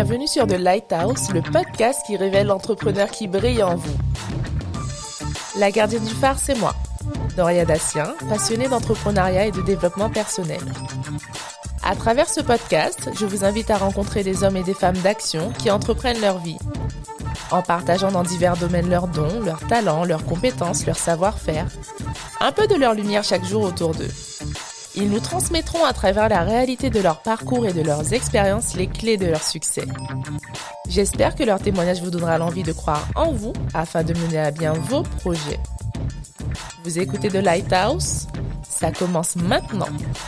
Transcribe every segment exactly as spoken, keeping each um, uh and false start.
Bienvenue sur The Lighthouse, le podcast qui révèle l'entrepreneur qui brille en vous. La gardienne du phare, c'est moi, Doria Dassien, passionnée d'entrepreneuriat et de développement personnel. À travers ce podcast, je vous invite à rencontrer des hommes et des femmes d'action qui entreprennent leur vie, en partageant dans divers domaines leurs dons, leurs talents, leurs compétences, leur savoir-faire, un peu de leur lumière chaque jour autour d'eux. Ils nous transmettront à travers la réalité de leur parcours et de leurs expériences les clés de leur succès. J'espère que leur témoignage vous donnera l'envie de croire en vous afin de mener à bien vos projets. Vous écoutez The Lighthouse? Ça commence maintenant!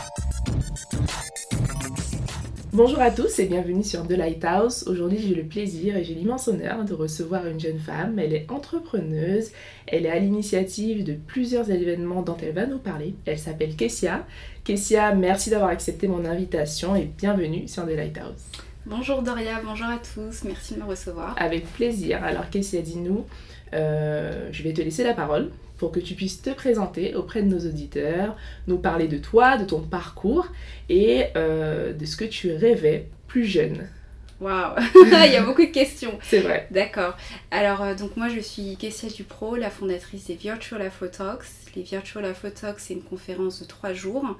Bonjour à tous et bienvenue sur The Lighthouse. Aujourd'hui, j'ai le plaisir et j'ai l'immense honneur de recevoir une jeune femme. Elle est entrepreneuse, elle est à l'initiative de plusieurs événements dont elle va nous parler. Elle s'appelle Kessia. Kessia, merci d'avoir accepté mon invitation et bienvenue sur The Lighthouse. Bonjour Doria, bonjour à tous, merci de me recevoir. Avec plaisir. Alors Kessia, dis-nous, euh, je vais te laisser la parole pour que tu puisses te présenter auprès de nos auditeurs, nous parler de toi, de ton parcours et euh, de ce que tu rêvais plus jeune. Waouh, il y a beaucoup de questions. C'est vrai. D'accord. Alors, euh, donc moi, je suis Kessia Dupro, la fondatrice des Virtual Afro Talks. Les Virtual Afro Talks, c'est une conférence de trois jours.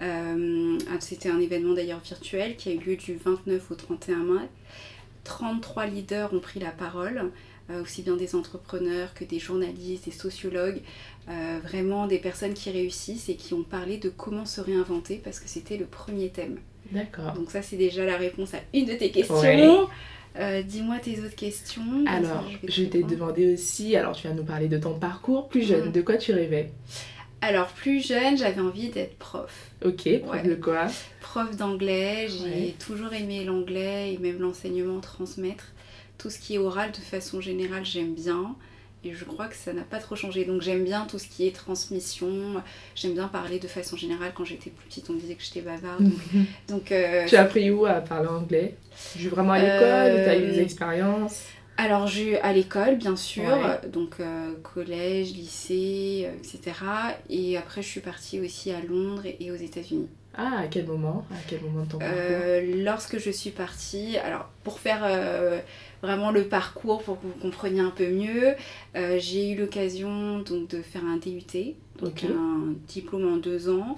Euh, c'était un événement d'ailleurs virtuel qui a eu lieu du vingt-neuf au trente et un mai. trente-trois leaders ont pris la parole. Euh, aussi bien des entrepreneurs que des journalistes, des sociologues, euh, vraiment des personnes qui réussissent et qui ont parlé de comment se réinventer parce que c'était le premier thème. D'accord. Donc ça c'est déjà la réponse à une de tes questions. Ouais. Euh, dis-moi tes autres questions. Alors, ça, je, je t'ai demandé aussi, alors tu viens nous parler de ton parcours plus jeune, mmh. de quoi tu rêvais? Alors plus jeune, j'avais envie d'être prof. Ok, prof ouais. de quoi? Prof d'anglais, j'ai ouais. toujours aimé l'anglais et même l'enseignement, transmettre. Tout ce qui est oral, de façon générale, j'aime bien. Et je crois que ça n'a pas trop changé. Donc j'aime bien tout ce qui est transmission. J'aime bien parler de façon générale. Quand j'étais plus petite, on me disait que j'étais bavarde. Donc, donc, euh, tu as appris où à parler anglais? Vraiment à l'école euh, ou tu as eu des expériences? Alors j'ai à l'école, bien sûr. Ouais. Donc euh, collège, lycée, euh, et cetera. Et après, je suis partie aussi à Londres et, et aux États-Unis. Ah, à quel moment? À quel moment de ton parcours? euh, Lorsque je suis partie, alors pour faire euh, vraiment le parcours, pour que vous compreniez un peu mieux, euh, j'ai eu l'occasion donc de faire un D U T, donc okay. un diplôme en deux ans,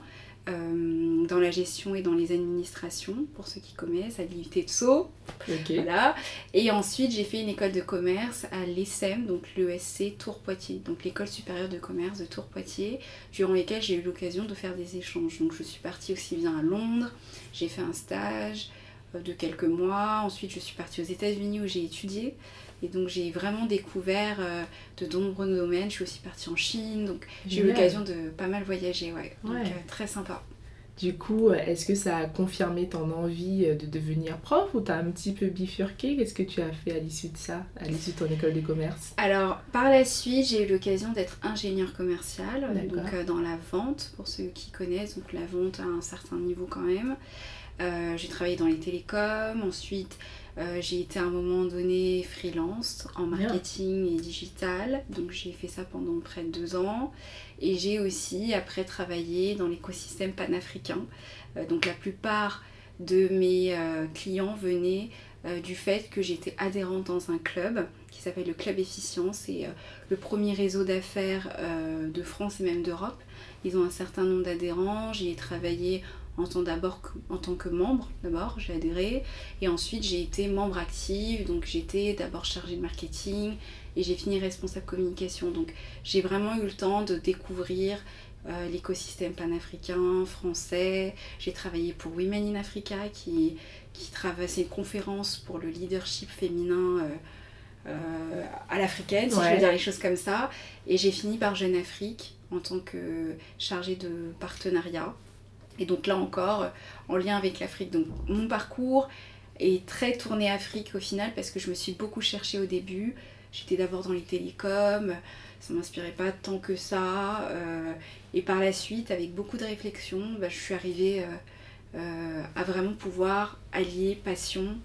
euh, dans la gestion et dans les administrations, pour ceux qui connaissent, à l'I U T de Sceaux. Okay. Voilà. Et ensuite, j'ai fait une école de commerce à l'E S E M, donc l'E S C Tours-Poitiers, donc l'école supérieure de commerce de Tours-Poitiers, durant lesquelles j'ai eu l'occasion de faire des échanges. Donc je suis partie aussi bien à Londres, j'ai fait un stage de quelques mois, ensuite je suis partie aux États-Unis où j'ai étudié. Et donc j'ai vraiment découvert euh, de nombreux domaines. Je suis aussi partie en Chine, donc j'ai eu l'occasion de pas mal voyager, ouais. Donc ouais. euh, très sympa. Du coup, est-ce que ça a confirmé ton envie de devenir prof ou t'as un petit peu bifurqué? Qu'est-ce que tu as fait à l'issue de ça, à l'issue de ton école de commerce? Alors, par la suite, j'ai eu l'occasion d'être ingénieure commerciale, D'accord. donc euh, dans la vente, pour ceux qui connaissent, donc la vente à un certain niveau quand même. Euh, j'ai travaillé dans les télécoms, ensuite euh, j'ai été à un moment donné freelance en marketing Bien. et digital, donc j'ai fait ça pendant près de deux ans et j'ai aussi après travaillé dans l'écosystème panafricain, euh, donc la plupart de mes euh, clients venaient euh, du fait que j'étais adhérente dans un club qui s'appelle le Club Efficience, c'est euh, le premier réseau d'affaires euh, de France et même d'Europe. Ils ont un certain nombre d'adhérents, j'y ai travaillé en tant, d'abord, en tant que membre, d'abord j'ai adhéré, et ensuite j'ai été membre active, donc j'étais d'abord chargée de marketing, et j'ai fini responsable communication, donc j'ai vraiment eu le temps de découvrir euh, l'écosystème panafricain, français. J'ai travaillé pour Women in Africa, qui, qui travaillait une conférence pour le leadership féminin euh, euh, à l'africaine, si ouais. je veux dire les choses comme ça, et j'ai fini par Jeune Afrique, en tant que chargée de partenariat. Et donc là encore, en lien avec l'Afrique. Donc mon parcours est très tourné Afrique au final parce que je me suis beaucoup cherchée au début. J'étais d'abord dans les télécoms, ça ne m'inspirait pas tant que ça. Euh, et par la suite, avec beaucoup de réflexion, bah, je suis arrivée euh, euh, à vraiment pouvoir allier passion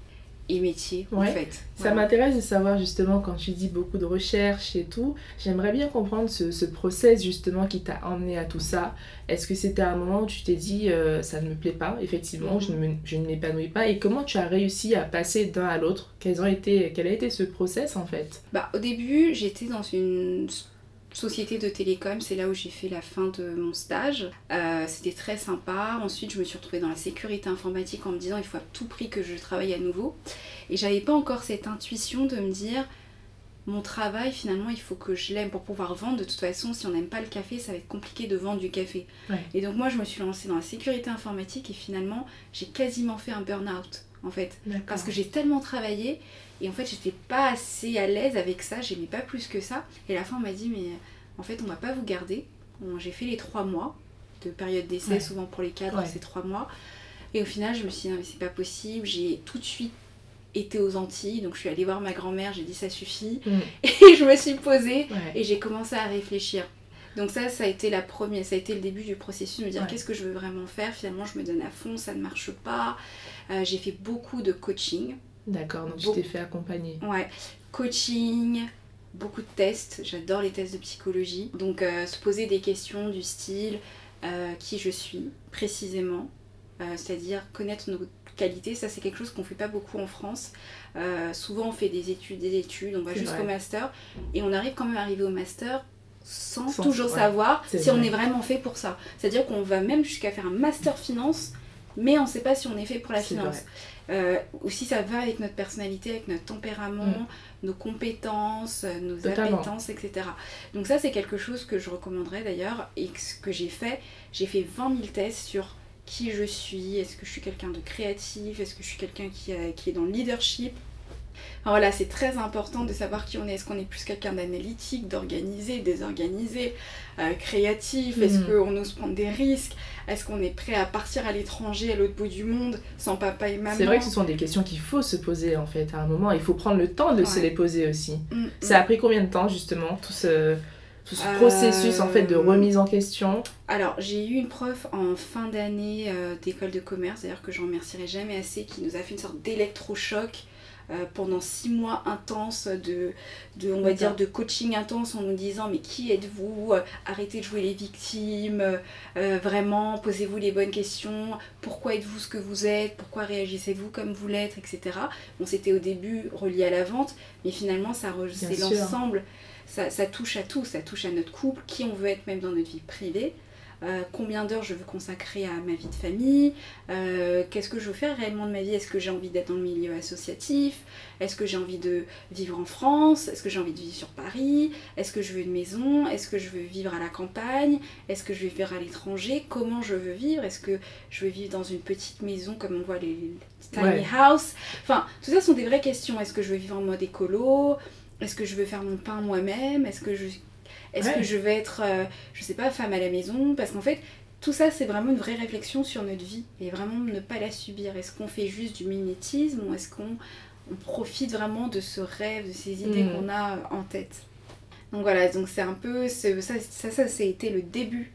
et métier ouais. en fait. Ça voilà. m'intéresse de savoir justement quand tu dis beaucoup de recherche et tout, j'aimerais bien comprendre ce, ce process justement qui t'a emmené à tout ça. Est-ce que c'était un moment où tu t'es dit euh, ça ne me plaît pas, effectivement, mm-hmm. je, ne me, je ne m'épanouis pas, et comment tu as réussi à passer d'un à l'autre? Quels ont été, quel a été ce process en fait? Bah, au début j'étais dans une société de télécom, c'est là où j'ai fait la fin de mon stage. Euh, c'était très sympa. Ensuite, je me suis retrouvée dans la sécurité informatique en me disant il faut à tout prix que je travaille à nouveau. Et j'avais pas encore cette intuition de me dire mon travail, finalement, il faut que je l'aime pour pouvoir vendre. De toute façon, si on n'aime pas le café, ça va être compliqué de vendre du café. Ouais. Et donc moi, je me suis lancée dans la sécurité informatique et finalement, j'ai quasiment fait un burn-out, en fait. D'accord. Parce que j'ai tellement travaillé et en fait, j'étais pas assez à l'aise avec ça, j'aimais pas plus que ça. Et à la fin, on m'a dit, mais en fait, on va pas vous garder. Bon, j'ai fait les trois mois de période d'essai, ouais. souvent pour les cadres, ouais. c'est trois mois. Et au final, je me suis dit, non, mais c'est pas possible. J'ai tout de suite été aux Antilles, donc je suis allée voir ma grand-mère, j'ai dit, ça suffit. Mm. Et je me suis posée ouais. et j'ai commencé à réfléchir. Donc ça, ça a été la première, ça a été le début du processus, de me dire ouais. qu'est-ce que je veux vraiment faire. Finalement, je me donne à fond, ça ne marche pas. Euh, j'ai fait beaucoup de coaching. D'accord, donc Be- tu t'es fait accompagner. Ouais, coaching, beaucoup de tests, j'adore les tests de psychologie. Donc euh, se poser des questions du style euh, qui je suis précisément, euh, c'est-à-dire connaître nos qualités, ça c'est quelque chose qu'on fait pas beaucoup en France. Euh, souvent on fait des études, des études, on va c'est jusqu'au vrai. master et on arrive quand même à arriver au master sans, sans toujours ouais, savoir si vrai. on est vraiment fait pour ça. C'est-à-dire qu'on va même jusqu'à faire un master finance, mais on ne sait pas si on est fait pour la c'est finance. Euh, ou si ça va avec notre personnalité, avec notre tempérament, mmh. nos compétences, nos Totalement. appétences, et cetera. Donc ça, c'est quelque chose que je recommanderais d'ailleurs et ce que j'ai fait. J'ai fait vingt mille tests sur qui je suis, est-ce que je suis quelqu'un de créatif, est-ce que je suis quelqu'un qui, a, qui est dans le leadership. Enfin, voilà, c'est très important de savoir qui on est. Est-ce qu'on est plus quelqu'un d'analytique, d'organisé, désorganisé, euh, créatif? Est-ce mmh. qu'on ose prendre des risques? Est-ce qu'on est prêt à partir à l'étranger, à l'autre bout du monde, sans papa et maman? C'est vrai que ce sont des questions qu'il faut se poser en fait à un moment. Il faut prendre le temps de ouais. se les poser aussi. Mmh, Ça mmh. a pris combien de temps justement, tout ce, tout ce euh... processus en fait de remise en question? Alors, j'ai eu une prof en fin d'année euh, d'école de commerce, d'ailleurs que je ne remercierai jamais assez, qui nous a fait une sorte d'électrochoc. Euh, pendant six mois intenses de, de, on va dire, de coaching intense en nous disant mais qui êtes-vous, arrêtez de jouer les victimes, euh, vraiment posez-vous les bonnes questions, pourquoi êtes-vous ce que vous êtes, pourquoi réagissez-vous comme vous l'êtes, et cetera. Bon, c'était au début relié à la vente, mais finalement ça re- c'est sûr. l'ensemble, ça, ça touche à tout, ça touche à notre couple, qui on veut être même dans notre vie privée. Euh, combien d'heures je veux consacrer à ma vie de famille, euh, qu'est-ce que je veux faire réellement de ma vie, est-ce que j'ai envie d'être dans le milieu associatif, est-ce que j'ai envie de vivre en France, est-ce que j'ai envie de vivre sur Paris, est-ce que je veux une maison, est-ce que je veux vivre à la campagne, est-ce que je veux vivre à l'étranger, comment je veux vivre, est-ce que je veux vivre dans une petite maison comme on voit les, les tiny ouais. house, enfin tout ça sont des vraies questions. Est-ce que je veux vivre en mode écolo, est-ce que je veux faire mon pain moi-même, est-ce que je Est-ce ouais. que je vais être, euh, je sais pas, femme à la maison? Parce qu'en fait, tout ça, c'est vraiment une vraie réflexion sur notre vie. Et vraiment ne pas la subir. Est-ce qu'on fait juste du mimétisme ou est-ce qu'on on profite vraiment de ce rêve, de ces idées mmh. qu'on a en tête? Donc voilà, donc c'est un peu... C'est, ça, ça, ça, ça a été le début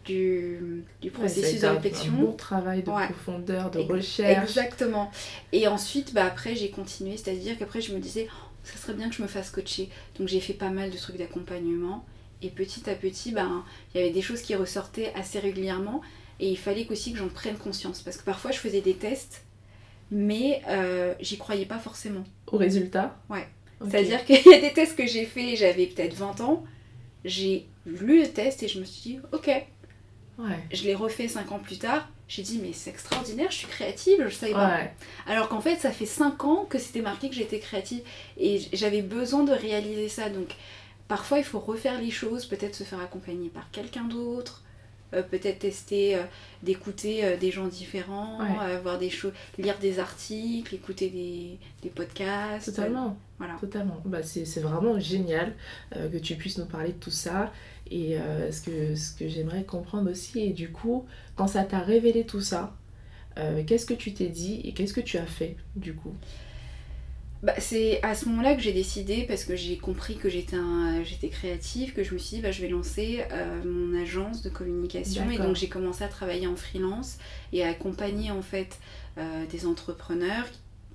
du, du processus ouais, de réflexion. Un bon travail de ouais. profondeur, de recherche. Exactement. Et ensuite, bah, après, j'ai continué. C'est-à-dire qu'après, je me disais, oh, ça serait bien que je me fasse coacher. Donc j'ai fait pas mal de trucs d'accompagnement. Et petit à petit, ben, il y avait des choses qui ressortaient assez régulièrement et il fallait aussi que j'en prenne conscience. Parce que parfois, je faisais des tests, mais euh, j'y croyais pas forcément. Au résultat ? Ouais. Okay. C'est-à-dire qu'il y a des tests que j'ai faits, j'avais peut-être vingt ans, j'ai lu le test et je me suis dit, ok. Ouais. Je l'ai refait cinq ans plus tard, j'ai dit, mais c'est extraordinaire, je suis créative, je savais pas. Ouais. Alors qu'en fait, ça fait cinq ans que c'était marqué que j'étais créative et j'avais besoin de réaliser ça. Donc, parfois, il faut refaire les choses, peut-être se faire accompagner par quelqu'un d'autre, euh, peut-être tester, euh, d'écouter euh, des gens différents, ouais. euh, voir des choses, lire des articles, écouter des, des podcasts. Totalement. Euh, voilà. Totalement. Bah, c'est, c'est vraiment génial euh, que tu puisses nous parler de tout ça. Et euh, ce, que, ce que j'aimerais comprendre aussi, et du coup, quand ça t'a révélé tout ça, euh, qu'est-ce que tu t'es dit et qu'est-ce que tu as fait du coup ? Bah, c'est à ce moment-là que j'ai décidé, parce que j'ai compris que j'étais, un, j'étais créative, que je me suis dit bah, je vais lancer euh, mon agence de communication. D'accord. Et donc j'ai commencé à travailler en freelance et à accompagner en fait euh, des entrepreneurs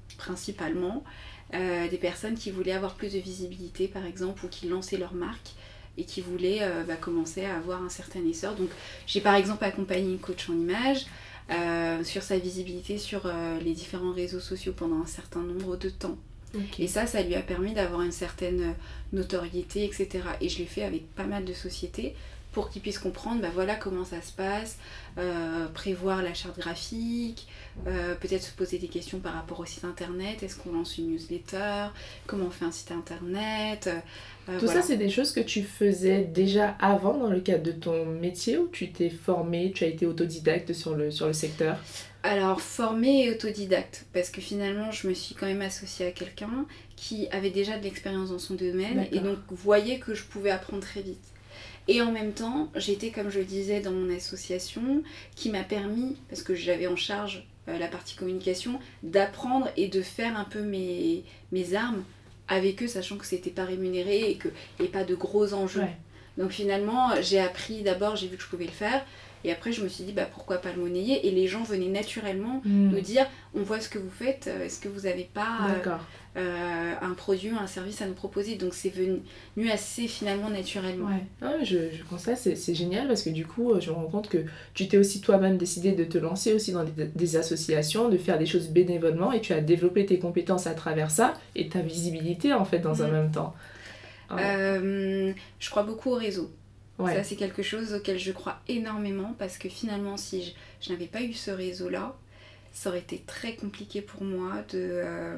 principalement euh, des personnes qui voulaient avoir plus de visibilité par exemple, ou qui lançaient leur marque et qui voulaient euh, bah, commencer à avoir un certain essor. Donc j'ai par exemple accompagné une coach en image euh, sur sa visibilité sur euh, les différents réseaux sociaux pendant un certain nombre de temps. Okay. Et ça, ça lui a permis d'avoir une certaine notoriété, et cetera. Et je l'ai fait avec pas mal de sociétés pour qu'ils puissent comprendre, bah voilà comment ça se passe, euh, prévoir la charte graphique, euh, peut-être se poser des questions par rapport au site internet, est-ce qu'on lance une newsletter, comment on fait un site internet. Euh, Tout voilà. Ça, c'est des choses que tu faisais déjà avant dans le cadre de ton métier, ou tu t'es formée, tu as été autodidacte sur le, sur le secteur ? Alors, formée et autodidacte, parce que finalement, je me suis quand même associée à quelqu'un qui avait déjà de l'expérience dans son domaine. D'accord. Et donc voyait que je pouvais apprendre très vite. Et en même temps, j'étais, comme je le disais, dans mon association, qui m'a permis, parce que j'avais en charge euh, la partie communication, d'apprendre et de faire un peu mes, mes armes avec eux, sachant que c'était pas rémunéré et qu'il n'y avait pas de gros enjeux. Ouais. Donc finalement, j'ai appris, d'abord, j'ai vu que je pouvais le faire. Et après, je me suis dit, bah, pourquoi pas le monnayer ? Et les gens venaient naturellement mmh. nous dire, on voit ce que vous faites, est-ce que vous n'avez pas euh, euh, un produit, un service à nous proposer ? Donc c'est venu assez finalement naturellement. Ouais. Ah, je, je constate, c'est, c'est génial parce que du coup, je me rends compte que tu t'es aussi toi-même décidé de te lancer aussi dans des, des associations, de faire des choses bénévolement, et tu as développé tes compétences à travers ça et ta visibilité en fait dans mmh. un même temps. Ah. Euh, je crois beaucoup au réseau. Ouais. Ça, c'est quelque chose auquel je crois énormément parce que finalement, si je, je n'avais pas eu ce réseau-là, ça aurait été très compliqué pour moi de, euh,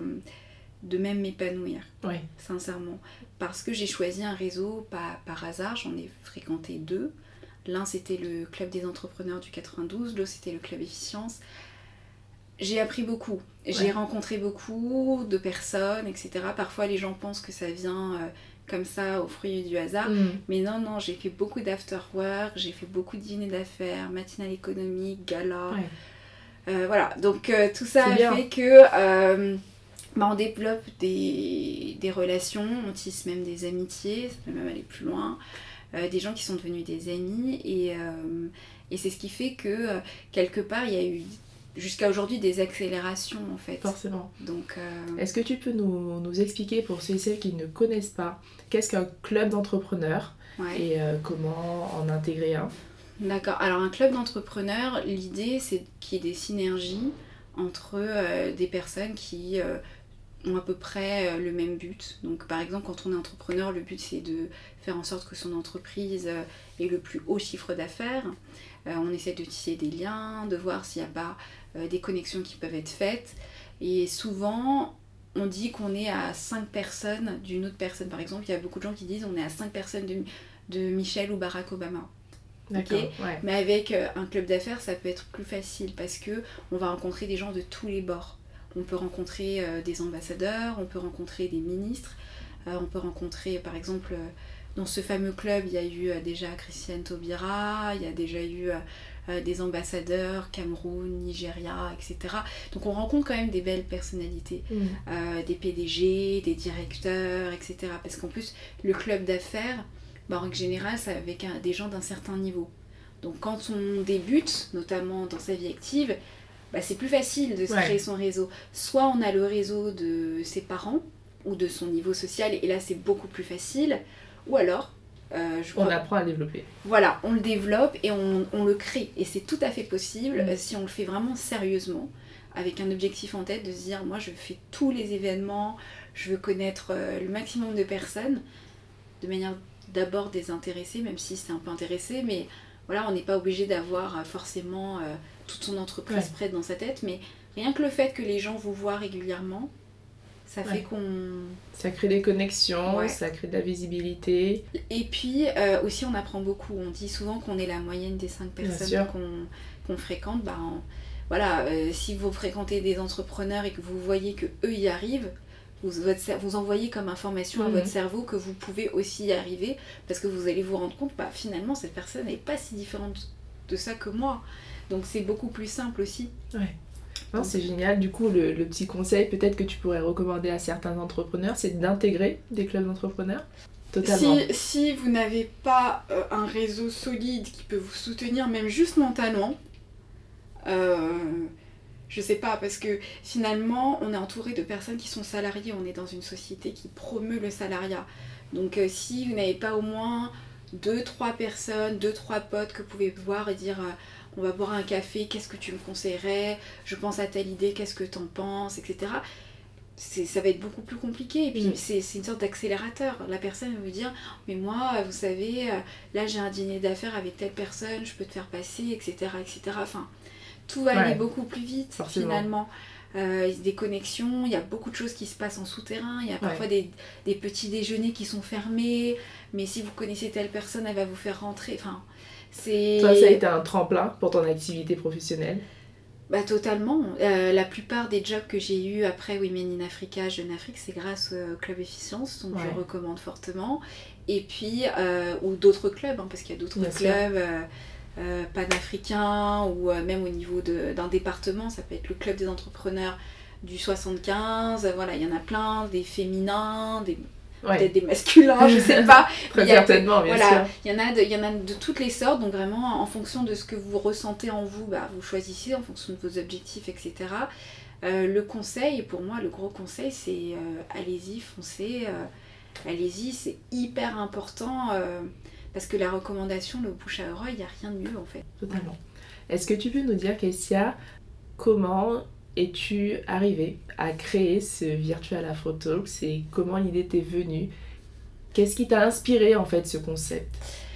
de même m'épanouir, ouais. sincèrement. Parce que j'ai choisi un réseau pas par hasard, j'en ai fréquenté deux. L'un, c'était le Club des entrepreneurs du quatre-vingt-douze, l'autre, c'était le Club Efficience. J'ai appris beaucoup, ouais. j'ai rencontré beaucoup de personnes, et cetera. Parfois, les gens pensent que ça vient... Euh, comme ça, au fruit du hasard. Mmh. Mais non, non, j'ai fait beaucoup d'after-work, j'ai fait beaucoup de dîners d'affaires, matinales économiques, galas. Ouais. Euh, voilà, donc euh, tout ça c'est a bien. Fait que euh, bah, on développe des, des relations, on tisse même des amitiés, ça peut même aller plus loin. Euh, des gens qui sont devenus des amis. Et, euh, et c'est ce qui fait que, euh, quelque part, il y a eu... jusqu'à aujourd'hui des accélérations en fait. Forcément. Donc, euh... Est-ce que tu peux nous, nous expliquer pour ceux et celles qui ne connaissent pas qu'est-ce qu'un club d'entrepreneurs ouais. et euh, comment en intégrer un ? D'accord. Alors un club d'entrepreneurs, l'idée c'est qu'il y ait des synergies entre euh, des personnes qui euh, ont à peu près euh, le même but. Donc par exemple quand on est entrepreneur, le but c'est de faire en sorte que son entreprise euh, ait le plus haut chiffre d'affaires. Euh, on essaie de tisser des liens, de voir s'il n'y a pas euh, des connexions qui peuvent être faites. Et souvent, on dit qu'on est à cinq personnes d'une autre personne. Par exemple, il y a beaucoup de gens qui disent on est à cinq personnes de, de Michel ou Barack Obama. D'accord, okay ouais. Mais avec euh, un club d'affaires, ça peut être plus facile parce qu'on va rencontrer des gens de tous les bords. On peut rencontrer euh, des ambassadeurs, on peut rencontrer des ministres, euh, on peut rencontrer par exemple... Euh, Dans ce fameux club, il y a eu euh, déjà Christiane Taubira, il y a déjà eu euh, euh, des ambassadeurs, Cameroun, Nigeria, et cetera. Donc on rencontre quand même des belles personnalités, mmh. euh, des P D G, des directeurs, et cetera. Parce qu'en plus, le club d'affaires, bah, en règle générale, c'est avec un, des gens d'un certain niveau. Donc quand on débute, notamment dans sa vie active, bah, c'est plus facile de se ouais. créer son réseau. Soit on a le réseau de ses parents ou de son niveau social, et là c'est beaucoup plus facile. Ou alors, euh, je crois, on apprend à développer. Voilà, on le développe et on, on le crée. Et c'est tout à fait possible mmh. euh, si on le fait vraiment sérieusement, avec un objectif en tête de se dire, moi je fais tous les événements, je veux connaître euh, le maximum de personnes, de manière d'abord désintéressée, même si c'est un peu intéressé, mais voilà, on n'est pas obligé d'avoir euh, forcément euh, toute son entreprise ouais. prête dans sa tête, mais rien que le fait que les gens vous voient régulièrement, ça fait ouais. qu'on... Ça crée des connexions, ouais. ça crée de la visibilité. Et puis euh, aussi on apprend beaucoup. On dit souvent qu'on est la moyenne des cinq personnes qu'on, qu'on fréquente. Bah, en... Voilà, euh, si vous fréquentez des entrepreneurs et que vous voyez qu'eux y arrivent, vous, votre, vous envoyez comme information mmh. à votre cerveau que vous pouvez aussi y arriver, parce que vous allez vous rendre compte, bah, finalement cette personne n'est pas si différente de ça que moi. Donc c'est beaucoup plus simple aussi. Ouais. Non, c'est génial. Du coup, le, le petit conseil peut-être que tu pourrais recommander à certains entrepreneurs, c'est d'intégrer des clubs d'entrepreneurs. Totalement. Si, si vous n'avez pas euh, un réseau solide qui peut vous soutenir, même juste mentalement, euh, Je sais pas, parce que finalement, on est entouré de personnes qui sont salariées. On est dans une société qui promeut le salariat. Donc euh, si vous n'avez pas au moins deux, trois personnes, deux, trois potes que vous pouvez voir et dire euh, on va boire un café, qu'est-ce que tu me conseillerais, je pense à telle idée, qu'est-ce que t'en penses, et cetera. C'est, ça va être beaucoup plus compliqué. Et puis mmh. c'est, c'est une sorte d'accélérateur. La personne va vous dire mais moi, vous savez, là j'ai un dîner d'affaires avec telle personne, je peux te faire passer, et cetera et cetera. Enfin, tout va ouais. aller beaucoup plus vite Forcément. Finalement. Euh, des connexions, il y a beaucoup de choses qui se passent en souterrain, il y a parfois ouais. des, des petits déjeuners qui sont fermés, mais si vous connaissez telle personne, elle va vous faire rentrer. Enfin, c'est... Toi, ça a été un tremplin pour ton activité professionnelle? Bah totalement. Euh, la plupart des jobs que j'ai eus après Women in Africa, Jeune Afrique, c'est grâce au Club Efficience, donc ouais. je recommande fortement. Et puis, euh, ou d'autres clubs, hein, parce qu'il y a d'autres Bien clubs euh, euh, panafricains, ou euh, même au niveau de, d'un département, ça peut être le Club des entrepreneurs du soixante-quinze, voilà, il y en a plein, des féminins, des... Ouais. Peut-être des masculins, je sais pas. Très certainement, bien voilà, sûr. Il y en a de, il y en a de toutes les sortes, donc vraiment en fonction de ce que vous ressentez en vous, bah, vous choisissez en fonction de vos objectifs, et cetera. Euh, le conseil, pour moi, le gros conseil, c'est euh, allez-y, foncez, euh, allez-y, c'est hyper important euh, parce que la recommandation, le bouche à oreille, il n'y a rien de mieux en fait. Totalement. Est-ce que tu peux nous dire, Kessia, comment es-tu arrivée à créer ce Virtual Afro Talks et comment l'idée t'est venue? Qu'est-ce qui t'a inspiré en fait ce concept?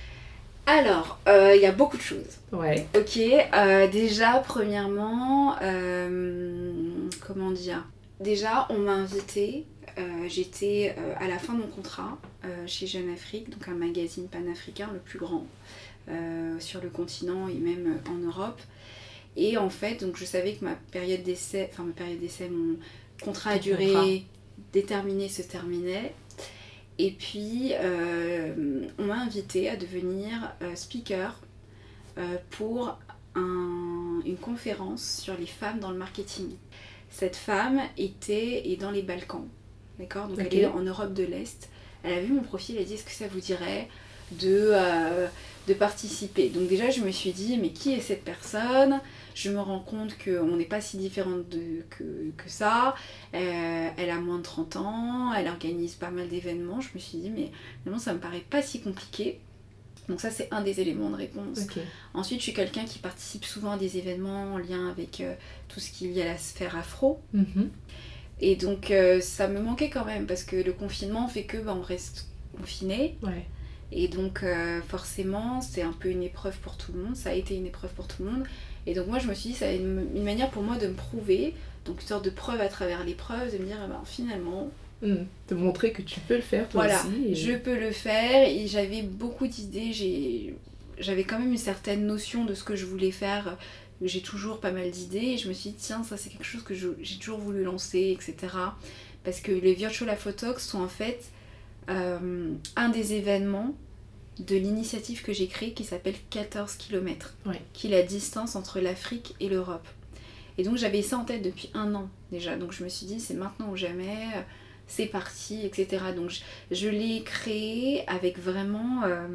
Alors, il euh, y a beaucoup de choses. Ouais. Ok, euh, déjà, premièrement, euh, comment dire? Déjà, on m'a invitée, euh, j'étais euh, à la fin de mon contrat euh, chez Jeune Afrique, donc un magazine panafricain, le plus grand euh, sur le continent et même en Europe. Et en fait, donc je savais que ma période d'essai, enfin ma période d'essai, mon contrat à durée déterminée se terminait. Et puis, euh, on m'a invitée à devenir euh, speaker euh, pour un, une conférence sur les femmes dans le marketing. Cette femme était est dans les Balkans, d'accord? Donc okay. Elle est en Europe de l'Est. Elle a vu mon profil, elle a dit est-ce que ça vous dirait de, euh, de participer? Donc déjà, je me suis dit mais qui est cette personne? Je me rends compte qu'on n'est pas si différentes de, que, que ça. Euh, elle a moins de trente ans, elle organise pas mal d'événements. Je me suis dit, mais finalement, ça me paraît pas si compliqué. Donc ça, c'est un des éléments de réponse. Okay. Ensuite, je suis quelqu'un qui participe souvent à des événements en lien avec euh, tout ce qui est lié à la sphère afro. Mm-hmm. Et donc, euh, ça me manquait quand même, parce que le confinement fait que bah, on reste confiné. Ouais. Et donc, euh, forcément, c'est un peu une épreuve pour tout le monde. Ça a été une épreuve pour tout le monde. Et donc moi je me suis dit, ça a une, une manière pour moi de me prouver, donc une sorte de preuve à travers l'épreuve, de me dire, eh ben, finalement... Mmh, te montrer que tu peux le faire toi voilà, aussi. Voilà, et... je peux le faire, et j'avais beaucoup d'idées, j'ai... j'avais quand même une certaine notion de ce que je voulais faire, j'ai toujours pas mal d'idées, et je me suis dit, tiens, ça c'est quelque chose que je... j'ai toujours voulu lancer, et cetera. Parce que les Virtual Afro Talks sont en fait euh, un des événements de l'initiative que j'ai créée qui s'appelle quatorze kilomètres, ouais. qui est la distance entre l'Afrique et l'Europe. Et donc j'avais ça en tête depuis un an déjà, donc je me suis dit c'est maintenant ou jamais, c'est parti, et cetera. Donc je, je l'ai créé avec vraiment, euh,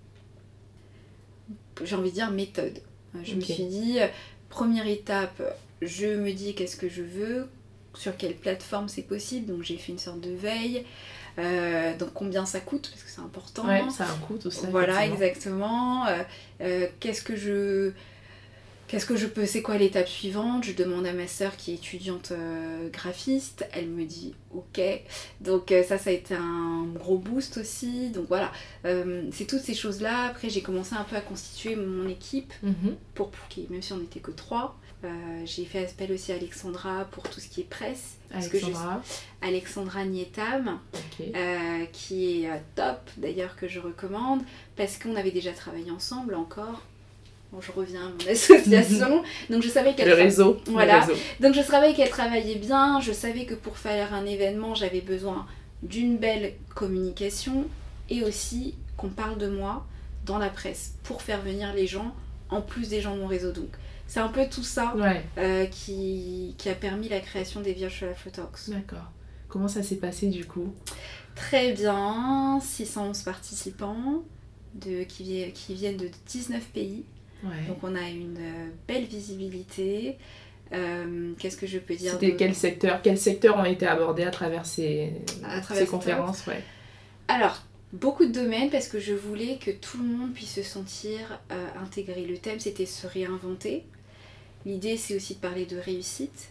j'ai envie de dire méthode. Je okay. me suis dit, première étape, je me dis qu'est-ce que je veux, sur quelle plateforme c'est possible, donc j'ai fait une sorte de veille. Euh, donc combien ça coûte parce que c'est important. Ouais, ça a un coût tout ça. Voilà, exactement. Euh, euh, qu'est-ce que je, qu'est-ce que je peux, c'est quoi l'étape suivante? Je demande à ma sœur qui est étudiante euh, graphiste. Elle me dit ok. Donc euh, ça, ça a été un gros boost aussi. Donc voilà, euh, c'est toutes ces choses là. Après, j'ai commencé un peu à constituer mon équipe mm-hmm. pour, pour même si on n'était que trois. Euh, j'ai fait appel aussi à Alexandra pour tout ce qui est presse. Alexandra. Je... Alexandra Nietam, okay. euh, qui est euh, top d'ailleurs, que je recommande, parce qu'on avait déjà travaillé ensemble encore. Bon, je reviens à mon association. Donc je savais qu'elle le réseau. Tra... Voilà. Le réseau. Donc je savais qu'elle travaillait bien. Je savais que pour faire un événement, j'avais besoin d'une belle communication et aussi qu'on parle de moi dans la presse pour faire venir les gens, en plus des gens de mon réseau. Donc c'est un peu tout ça ouais. euh, qui, qui a permis la création des Virtual Afro Talks. D'accord. Comment ça s'est passé du coup? Très bien, six cent onze participants de, qui, qui viennent de dix-neuf pays. Ouais. Donc on a une belle visibilité. Euh, qu'est-ce que je peux dire C'était de... quel secteur Quels secteurs ont été abordés à travers ces, à travers ces conférences ouais. Alors, beaucoup de domaines parce que je voulais que tout le monde puisse se sentir euh, intégré. Le thème, c'était se réinventer. L'idée, c'est aussi de parler de réussite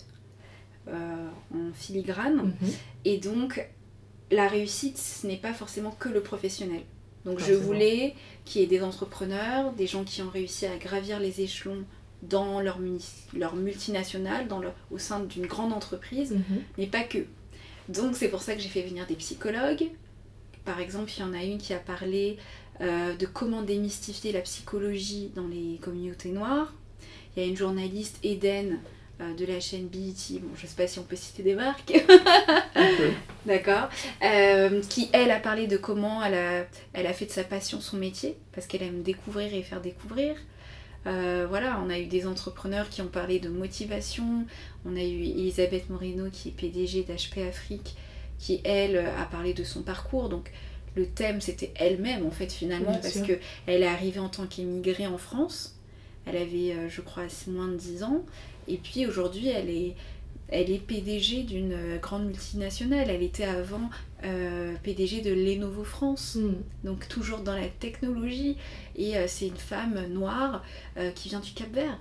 euh, en filigrane. Mm-hmm. Et donc, la réussite, ce n'est pas forcément que le professionnel. Donc, forcément. Je voulais qu'il y ait des entrepreneurs, des gens qui ont réussi à gravir les échelons dans leur, muni- leur multinationale, dans leur, au sein d'une grande entreprise, mm-hmm. mais pas que. Donc, c'est pour ça que j'ai fait venir des psychologues. Par exemple, il y en a une qui a parlé euh, de comment démystifier la psychologie dans les communautés noires. Il y a une journaliste, Eden, euh, de la chaîne B E T, bon, je ne sais pas si on peut citer des marques, okay. D'accord, euh, qui, elle, a parlé de comment elle a, elle a fait de sa passion son métier, parce qu'elle aime découvrir et faire découvrir. Euh, voilà, on a eu des entrepreneurs qui ont parlé de motivation. On a eu Elisabeth Moreno, qui est P D G d'H P Afrique, qui, elle, a parlé de son parcours. Donc, le thème, c'était elle-même, en fait, finalement, Bien parce qu'elle est arrivée en tant qu'émigrée en France. Elle avait, euh, je crois, moins de dix ans. Et puis, aujourd'hui, elle est, elle est P D G d'une grande multinationale. Elle était avant euh, P D G de Lenovo France. Mm. Donc, toujours dans la technologie. Et euh, c'est une femme noire euh, qui vient du Cap-Vert.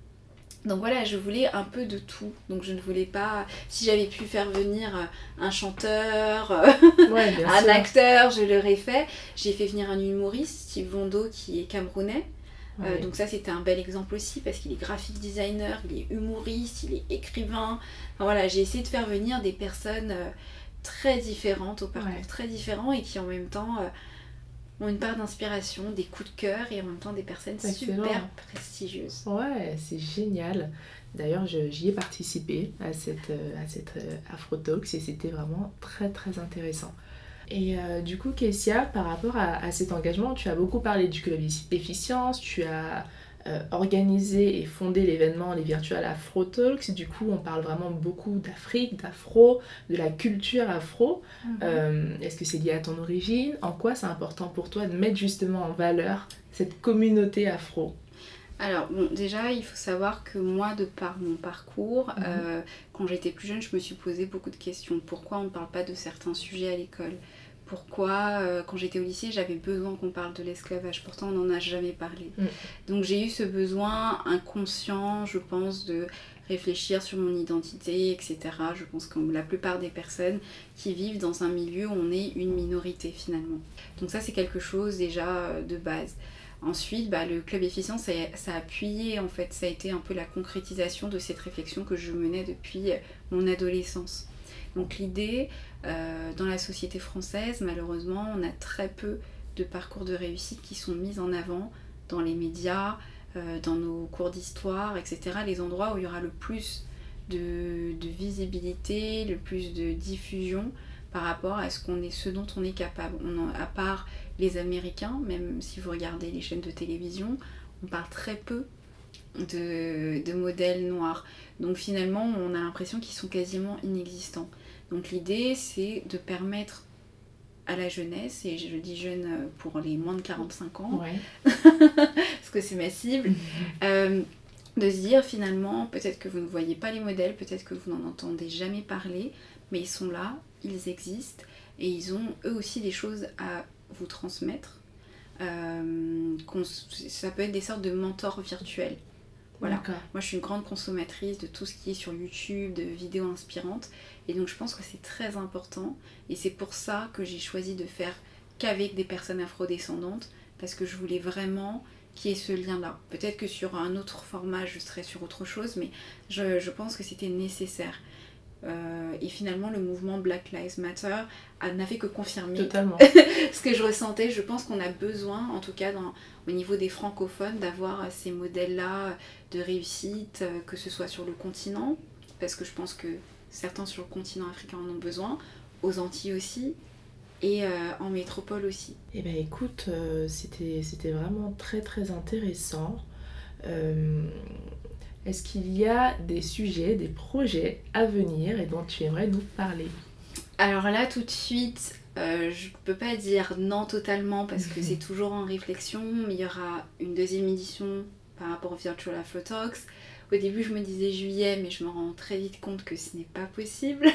Donc voilà, je voulais un peu de tout. Donc je ne voulais pas... Si j'avais pu faire venir un chanteur, ouais, un sûr. acteur, je l'aurais fait. J'ai fait venir un humoriste, Steve Vondo, qui est camerounais. Ouais. Euh, donc ça, c'était un bel exemple aussi, parce qu'il est graphic designer, il est humoriste, il est écrivain. Enfin, voilà, j'ai essayé de faire venir des personnes euh, très différentes, au parcours ouais. très différents, et qui en même temps... Euh, ont une part d'inspiration, des coups de cœur et en même temps des personnes Excellent. super prestigieuses. Ouais, c'est génial. D'ailleurs, je, j'y ai participé à cette, à cette Afro Talks et c'était vraiment très très intéressant. Et euh, du coup, Kessia, par rapport à, à cet engagement, tu as beaucoup parlé du club Efficience, tu as euh, organisé et fondé l'événement Les Virtual Afro Talks. Du coup, on parle vraiment beaucoup d'Afrique, d'Afro, de la culture afro. Mm-hmm. Euh, est-ce que c'est lié à ton origine ? En quoi c'est important pour toi de mettre justement en valeur cette communauté afro ? Alors, bon, déjà, il faut savoir que moi, de par mon parcours, mmh. euh, quand j'étais plus jeune, je me suis posé beaucoup de questions. Pourquoi on ne parle pas de certains sujets à l'école ? Pourquoi, euh, quand j'étais au lycée, j'avais besoin qu'on parle de l'esclavage ? Pourtant, on n'en a jamais parlé. Mmh. Donc, j'ai eu ce besoin inconscient, je pense, de réfléchir sur mon identité, et cetera. Je pense que la plupart des personnes qui vivent dans un milieu où on est une minorité, finalement. Donc ça, c'est quelque chose déjà de base. Ensuite, bah, le club Efficience, ça, ça a appuyé, en fait, ça a été un peu la concrétisation de cette réflexion que je menais depuis mon adolescence. Donc l'idée, euh, dans la société française, malheureusement, on a très peu de parcours de réussite qui sont mis en avant dans les médias, euh, dans nos cours d'histoire, et cetera. Les endroits où il y aura le plus de, de visibilité, le plus de diffusion par rapport à ce, qu'on est, ce dont on est capable. On en, à part les Américains, même si vous regardez les chaînes de télévision, on parle très peu de, de modèles noirs. Donc finalement, on a l'impression qu'ils sont quasiment inexistants. Donc l'idée, c'est de permettre à la jeunesse, et je dis jeune pour les moins de quarante-cinq ans, ouais. parce que c'est ma cible, euh, de se dire finalement, peut-être que vous ne voyez pas les modèles, peut-être que vous n'en entendez jamais parler, mais ils sont là, ils existent, et ils ont eux aussi des choses à vous transmettre. Euh, ça peut être des sortes de mentors virtuels. Voilà. D'accord. Moi je suis une grande consommatrice de tout ce qui est sur YouTube, de vidéos inspirantes, et donc je pense que c'est très important, et c'est pour ça que j'ai choisi de faire qu'avec des personnes afrodescendantes, parce que je voulais vraiment qu'il y ait ce lien-là. Peut-être que sur un autre format je serais sur autre chose, mais je, je pense que c'était nécessaire. Euh, et finalement le mouvement Black Lives Matter a, n'a fait que confirmer Totalement. ce que je ressentais. Je pense qu'on a besoin, en tout cas dans, au niveau des francophones, d'avoir ces modèles-là de réussite, que ce soit sur le continent, parce que je pense que certains sur le continent africain en ont besoin, aux Antilles aussi, et euh, en métropole aussi. Eh bien écoute, euh, c'était, c'était vraiment très très intéressant. Euh... Est-ce qu'il y a des sujets, des projets à venir et dont tu aimerais nous parler ? Alors là, tout de suite, euh, je ne peux pas dire non totalement parce que c'est toujours en réflexion, mais il y aura une deuxième édition par rapport au Virtual Afro Talks. Au début, je me disais juillet, mais je me rends très vite compte que ce n'est pas possible,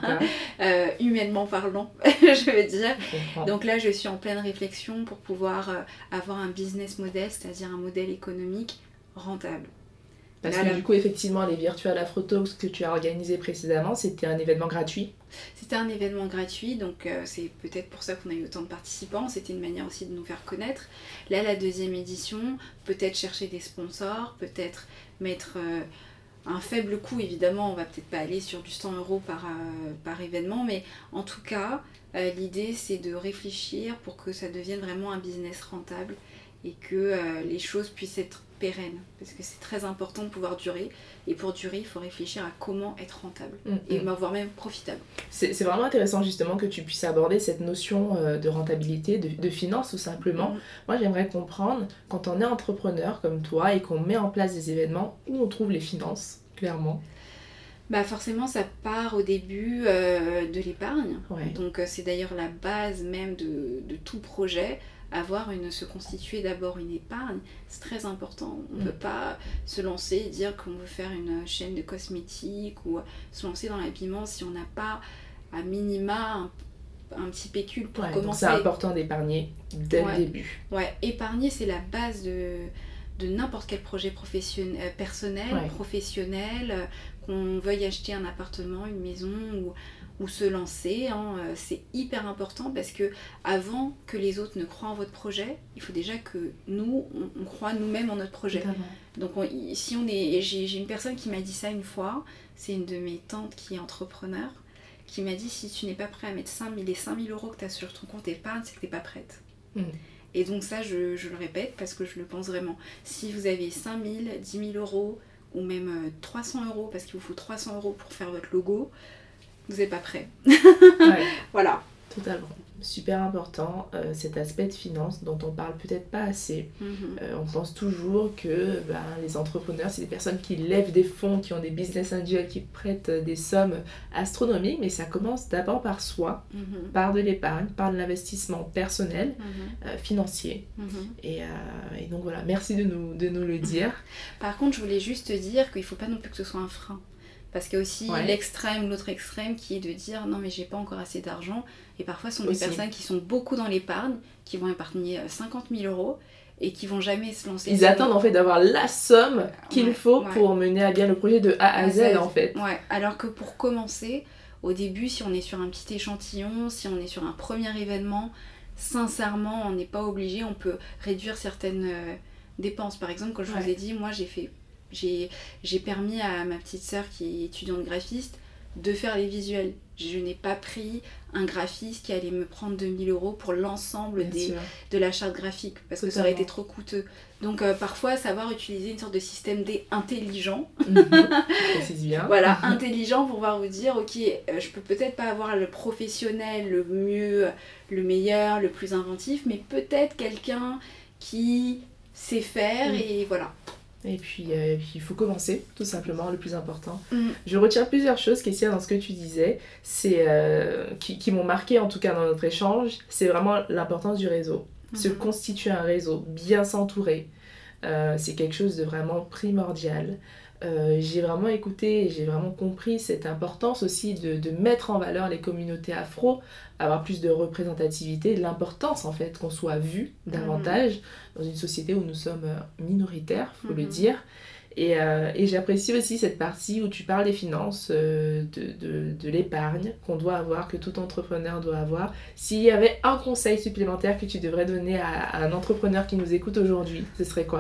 euh, humainement parlant, je veux dire. Je Donc là, je suis en pleine réflexion pour pouvoir euh, avoir un business model, c'est-à-dire un modèle économique rentable. Parce là, que là... du coup, effectivement, les Virtual Afro Talks que tu as organisés précédemment, c'était un événement gratuit. C'était un événement gratuit, donc euh, c'est peut-être pour ça qu'on a eu autant de participants. C'était une manière aussi de nous faire connaître. Là, la deuxième édition, peut-être chercher des sponsors, peut-être mettre euh, un faible coût, évidemment. On va peut-être pas aller sur du cent euros par, euh, par événement, mais en tout cas, euh, l'idée, c'est de réfléchir pour que ça devienne vraiment un business rentable et que euh, les choses puissent être pérennes, parce que c'est très important de pouvoir durer, et pour durer il faut réfléchir à comment être rentable, mmh, et mmh. voire même profitable. C'est, c'est vraiment intéressant justement que tu puisses aborder cette notion euh, de rentabilité, de, de finance tout simplement. Mmh. Moi j'aimerais comprendre, quand on est entrepreneur comme toi et qu'on met en place des événements, où on trouve les finances, clairement. Bah forcément ça part au début euh, de l'épargne, ouais. Donc euh, c'est d'ailleurs la base même de, de tout projet. Avoir une, se constituer d'abord une épargne, c'est très important. On ne mmh. peut pas se lancer et dire qu'on veut faire une chaîne de cosmétiques ou se lancer dans l'habillement si on n'a pas à minima un, un petit pécule pour ouais, commencer. Donc c'est important d'épargner dès ouais. le début. Ouais, épargner c'est la base de, de n'importe quel projet professionnel, euh, personnel, ouais. professionnel, euh, qu'on veuille acheter un appartement, une maison ou... ou se lancer, hein, c'est hyper important parce que avant que les autres ne croient en votre projet, il faut déjà que nous, on, on croit nous-mêmes en notre projet. Totalement. Donc on, si on est, j'ai, j'ai une personne qui m'a dit ça une fois, c'est une de mes tantes qui est entrepreneur, qui m'a dit si tu n'es pas prêt à mettre cinq mille, les cinq mille euros que tu as sur ton compte épargne, c'est que tu n'es pas prête. Mm. Et donc ça, je, je le répète parce que je le pense vraiment. Si vous avez cinq mille, dix mille euros ou même trois cents euros, parce qu'il vous faut trois cents euros pour faire votre logo, vous n'êtes pas prêt. ouais. Voilà. Totalement. Super important, euh, cet aspect de finance dont on parle peut-être pas assez. Mm-hmm. Euh, on pense toujours que ben, les entrepreneurs, c'est des personnes qui lèvent des fonds, qui ont des business angels, qui prêtent des sommes astronomiques, mais ça commence d'abord par soi, mm-hmm. par de l'épargne, par de l'investissement personnel, mm-hmm. euh, financier. Mm-hmm. Et, euh, et donc voilà, merci de nous, de nous le dire. Par contre, je voulais juste te dire qu'il ne faut pas non plus que ce soit un frein. Parce qu'il y a aussi ouais. l'extrême, l'autre extrême qui est de dire non mais j'ai pas encore assez d'argent. Et parfois ce sont des aussi. personnes qui sont beaucoup dans l'épargne, qui vont épargner cinquante mille euros et qui vont jamais se lancer. Ils attendent en fait d'avoir la somme qu'il ouais, faut ouais. pour mener à bien le projet de A à Z en fait. Ouais, alors que pour commencer, au début si on est sur un petit échantillon, si on est sur un premier événement, sincèrement on n'est pas obligé, on peut réduire certaines euh, dépenses. Par exemple quand je ouais. vous ai dit, moi j'ai fait... J'ai, j'ai permis à ma petite sœur qui est étudiante graphiste de faire les visuels. Je n'ai pas pris un graphiste qui allait me prendre deux mille euros pour l'ensemble des, de la charte graphique parce Totalement. que ça aurait été trop coûteux. Donc euh, parfois savoir utiliser une sorte de système D intelligent. Mm-hmm. Précise bien. Voilà, intelligent pour pouvoir vous dire ok, euh, je peux peut-être pas avoir le professionnel, le mieux, le meilleur, le plus inventif, mais peut-être quelqu'un qui sait faire mm. et voilà. Et puis, euh, puis il faut commencer, tout simplement, le plus important. Mm. Je retiens plusieurs choses, Kessia, dans ce que tu disais, c'est, euh, qui, qui m'ont marqué en tout cas dans notre échange, c'est vraiment l'importance du réseau. Mm-hmm. Se constituer un réseau, bien s'entourer, euh, c'est quelque chose de vraiment primordial. Euh, j'ai vraiment écouté et j'ai vraiment compris cette importance aussi de, de mettre en valeur les communautés afro, avoir plus de représentativité, l'importance en fait qu'on soit vu davantage mmh. dans une société où nous sommes minoritaires, il faut mmh. le dire. Et, euh, et j'apprécie aussi cette partie où tu parles des finances, euh, de, de, de l'épargne qu'on doit avoir, que tout entrepreneur doit avoir. S'il y avait un conseil supplémentaire que tu devrais donner à, à un entrepreneur qui nous écoute aujourd'hui, ce serait quoi ?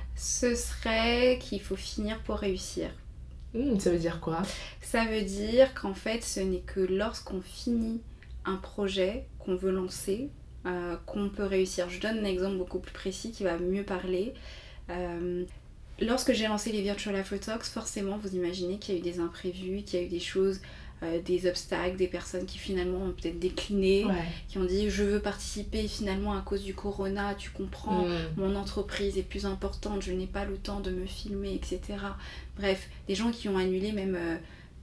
Ce serait qu'il faut finir pour réussir. Mmh, ça veut dire quoi ? Ça veut dire qu'en fait, ce n'est que lorsqu'on finit un projet qu'on veut lancer, euh, qu'on peut réussir. Je donne un exemple beaucoup plus précis qui va mieux parler. Euh, lorsque j'ai lancé les Virtual Afro Talks, forcément, vous imaginez qu'il y a eu des imprévus, qu'il y a eu des choses... Euh, des obstacles, des personnes qui finalement ont peut-être décliné, ouais. qui ont dit je veux participer finalement à cause du corona, tu comprends, mmh. mon entreprise est plus importante, je n'ai pas le temps de me filmer, et cetera. Bref, des gens qui ont annulé même euh,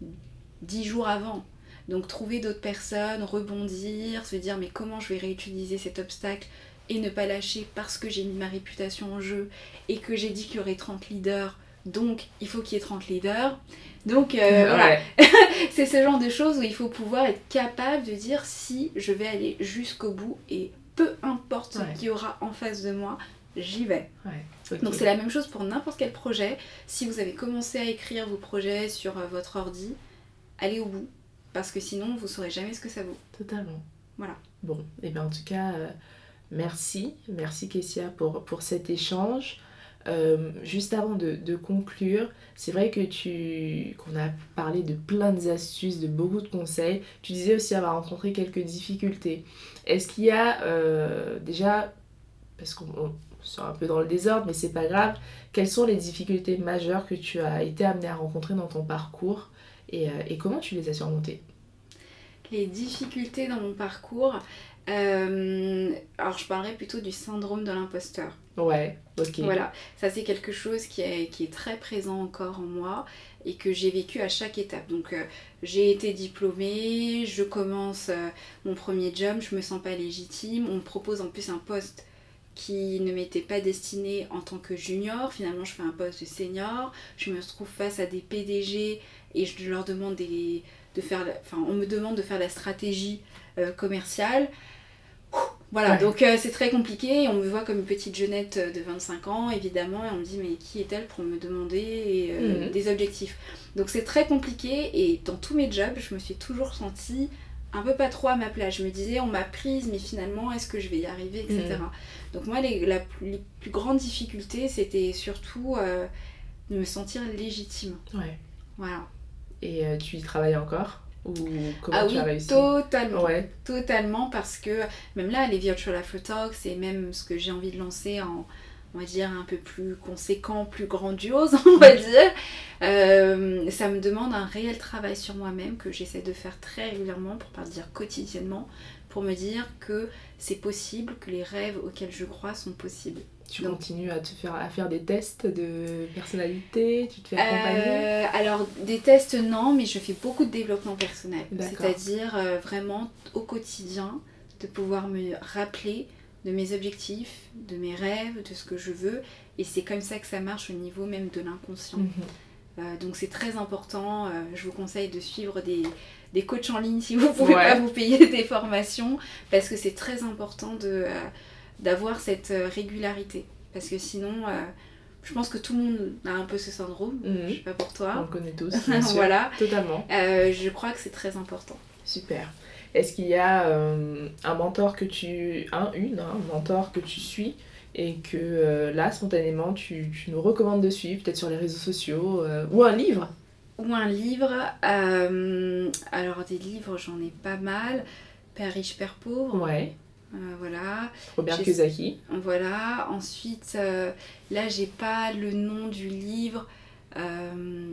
dix jours avant. Donc trouver d'autres personnes, rebondir, se dire mais comment je vais réutiliser cet obstacle et ne pas lâcher parce que j'ai mis ma réputation en jeu et que j'ai dit qu'il y aurait trente leaders donc il faut qu'il y ait trente leaders. Donc euh, voilà, c'est ce genre de choses où il faut pouvoir être capable de dire si je vais aller jusqu'au bout et peu importe ouais. ce qu'il y aura en face de moi, j'y vais. Ouais. Okay. Donc c'est la même chose pour n'importe quel projet. Si vous avez commencé à écrire vos projets sur euh, votre ordi, allez au bout, parce que sinon vous ne saurez jamais ce que ça vaut. Totalement. Voilà. Bon, et bien en tout cas, euh, merci, merci Kessia pour, pour cet échange. Euh, juste avant de, de conclure, c'est vrai que tu qu'on a parlé de plein d'astuces, de beaucoup de conseils. Tu disais aussi avoir rencontré quelques difficultés. Est-ce qu'il y a euh, déjà, parce qu'on on sort un peu dans le désordre, mais c'est pas grave, quelles sont les difficultés majeures que tu as été amenée à rencontrer dans ton parcours et, euh, et comment tu les as surmontées? Les difficultés dans mon parcours, euh, alors je parlerais plutôt du syndrome de l'imposteur. Ouais, ok. Voilà, ça c'est quelque chose qui est, qui est très présent encore en moi et que j'ai vécu à chaque étape. Donc euh, j'ai été diplômée, je commence euh, mon premier job, je me sens pas légitime, on me propose en plus un poste qui ne m'était pas destiné en tant que junior, finalement je fais un poste de senior, je me retrouve face à des P D G et je leur demande des, de faire, enfin on me demande de faire la stratégie euh, commerciale. Voilà, ouais. donc euh, c'est très compliqué, on me voit comme une petite jeunette de vingt-cinq ans évidemment et on me dit mais qui est-elle pour me demander euh, mmh. des objectifs. Donc c'est très compliqué et dans tous mes jobs je me suis toujours sentie un peu pas trop à ma place. Je me disais on m'a prise mais finalement est-ce que je vais y arriver, et cetera. Mmh. Donc moi les, la, les plus grandes difficultés c'était surtout euh, de me sentir légitime. Ouais. Voilà. Et euh, tu y travailles encore ? Ou comment ah tu oui, as réussi? Totalement, ouais. totalement parce que même là les Virtual After Talks c'est même ce que j'ai envie de lancer en on va dire un peu plus conséquent, plus grandiose on va dire euh, ça me demande un réel travail sur moi-même que j'essaie de faire très régulièrement pour pas dire quotidiennement pour me dire que c'est possible, que les rêves auxquels je crois sont possibles. Tu Donc, continues à, te faire, à faire des tests de personnalité, tu te fais accompagner euh, Alors, des tests, non, mais je fais beaucoup de développement personnel. D'accord. C'est-à-dire euh, vraiment au quotidien, de pouvoir me rappeler de mes objectifs, de mes rêves, de ce que je veux. Et c'est comme ça que ça marche au niveau même de l'inconscient. Mm-hmm. Euh, donc c'est très important. Euh, je vous conseille de suivre des, des coachs en ligne si vous ne pouvez ouais. pas vous payer des formations. Parce que c'est très important de... Euh, d'avoir cette euh, régularité parce que sinon euh, je pense que tout le monde a un peu ce syndrome, mmh. je sais pas pour toi. On le connaît tous, bien sûr. Voilà. Totalement. Euh, je crois que c'est très important. Super. Est-ce qu'il y a euh, un mentor que tu... un, une, hein, un mentor que tu suis et que euh, là, spontanément, tu, tu nous recommandes de suivre, peut-être sur les réseaux sociaux euh, ou un livre? Ou un livre. Euh, alors des livres, j'en ai pas mal. Père riche, Père pauvre. Ouais. Euh, voilà. Robert Kiyosaki. Voilà. Ensuite, euh, là, j'ai pas le nom du livre. Euh,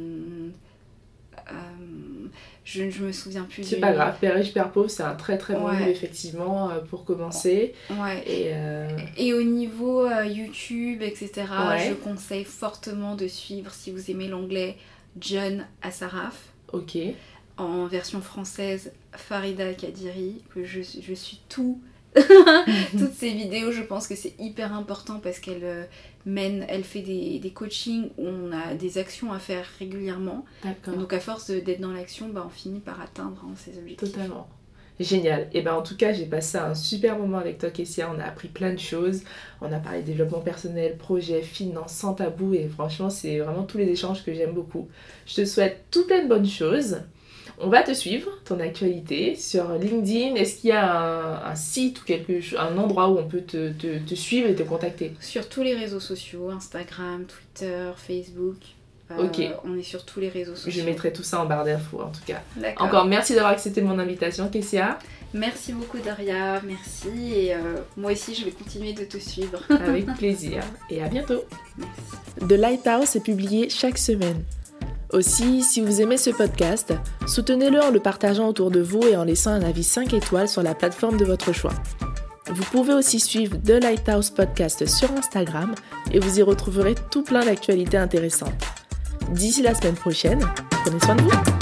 euh, je ne me souviens plus. C'est du pas livre. grave. Père riche, Père pauvre, c'est un très très bon ouais. livre, effectivement, pour commencer. Ouais. Et, euh... Et au niveau euh, YouTube, et cetera, ouais. je conseille fortement de suivre, si vous aimez l'anglais, Jon Assaraf. Ok. En version française, Farida Kadiri, que je, je suis tout. Toutes ces vidéos, je pense que c'est hyper important parce qu'elle euh, mène, elle fait des, des coachings où on a des actions à faire régulièrement. D'accord. Donc à force de, d'être dans l'action, bah, on finit par atteindre hein, ses objectifs. Totalement. Génial. Et ben en tout cas, j'ai passé un super moment avec toi, Kessia. On a appris plein de choses. On a parlé de développement personnel, projet, finance, sans tabou. Et franchement, c'est vraiment tous les échanges que j'aime beaucoup. Je te souhaite tout plein de bonnes choses. On va te suivre, ton actualité, sur LinkedIn. Est-ce qu'il y a un, un site ou quelque chose, un endroit où on peut te, te, te suivre et te contacter? Sur tous les réseaux sociaux, Instagram, Twitter, Facebook. Euh, ok. On est sur tous les réseaux sociaux. Je mettrai tout ça en barre d'infos en tout cas. D'accord. Encore merci d'avoir accepté mon invitation, Kessia. Merci beaucoup Doria, merci. Et euh, moi aussi je vais continuer de te suivre. Avec plaisir. Et à bientôt. Merci. The Lighthouse est publié chaque semaine. Aussi, si vous aimez ce podcast, soutenez-le en le partageant autour de vous et en laissant un avis cinq étoiles sur la plateforme de votre choix. Vous pouvez aussi suivre The Lighthouse Podcast sur Instagram et vous y retrouverez tout plein d'actualités intéressantes. D'ici la semaine prochaine, prenez soin de vous.